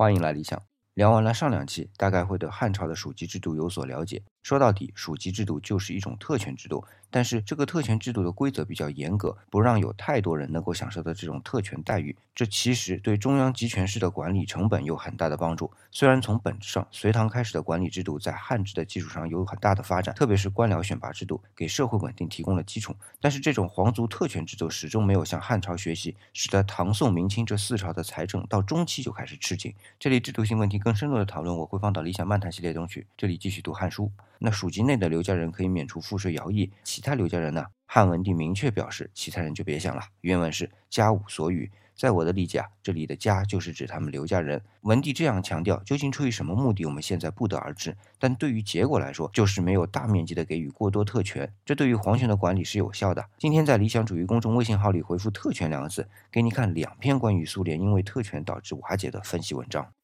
欢迎来理想。聊完了上两期，大概会对汉朝的属籍制度有所了解。说到底，属籍制度就是一种特权制度，但是这个特权制度的规则比较严格，不让有太多人能够享受到这种特权待遇。这其实对中央集权式的管理成本有很大的帮助。虽然从本质上，隋唐开始的管理制度在汉制的基础上有很大的发展，特别是官僚选拔制度给社会稳定提供了基础。但是这种皇族特权制度始终没有向汉朝学习，使得唐宋明清这四朝的财政到中期就开始吃紧。这里制度性问题更深入的讨论我会放到理想漫谈系列中去，这里继续读汉书。那属籍内的刘家人可以免除赋税徭役，其他刘家人呢？汉文帝明确表示，其他人就别想了。原文是家无所与。在我的理解这里的家就是指他们刘家人。文帝这样强调，究竟出于什么目的，我们现在不得而知。但对于结果来说，就是没有大面积的给予过多特权，这对于皇权的管理是有效的。今天在理想主义公众微信号里回复特权2个字，给你看2篇关于苏联因为特权导致瓦解的分析文章。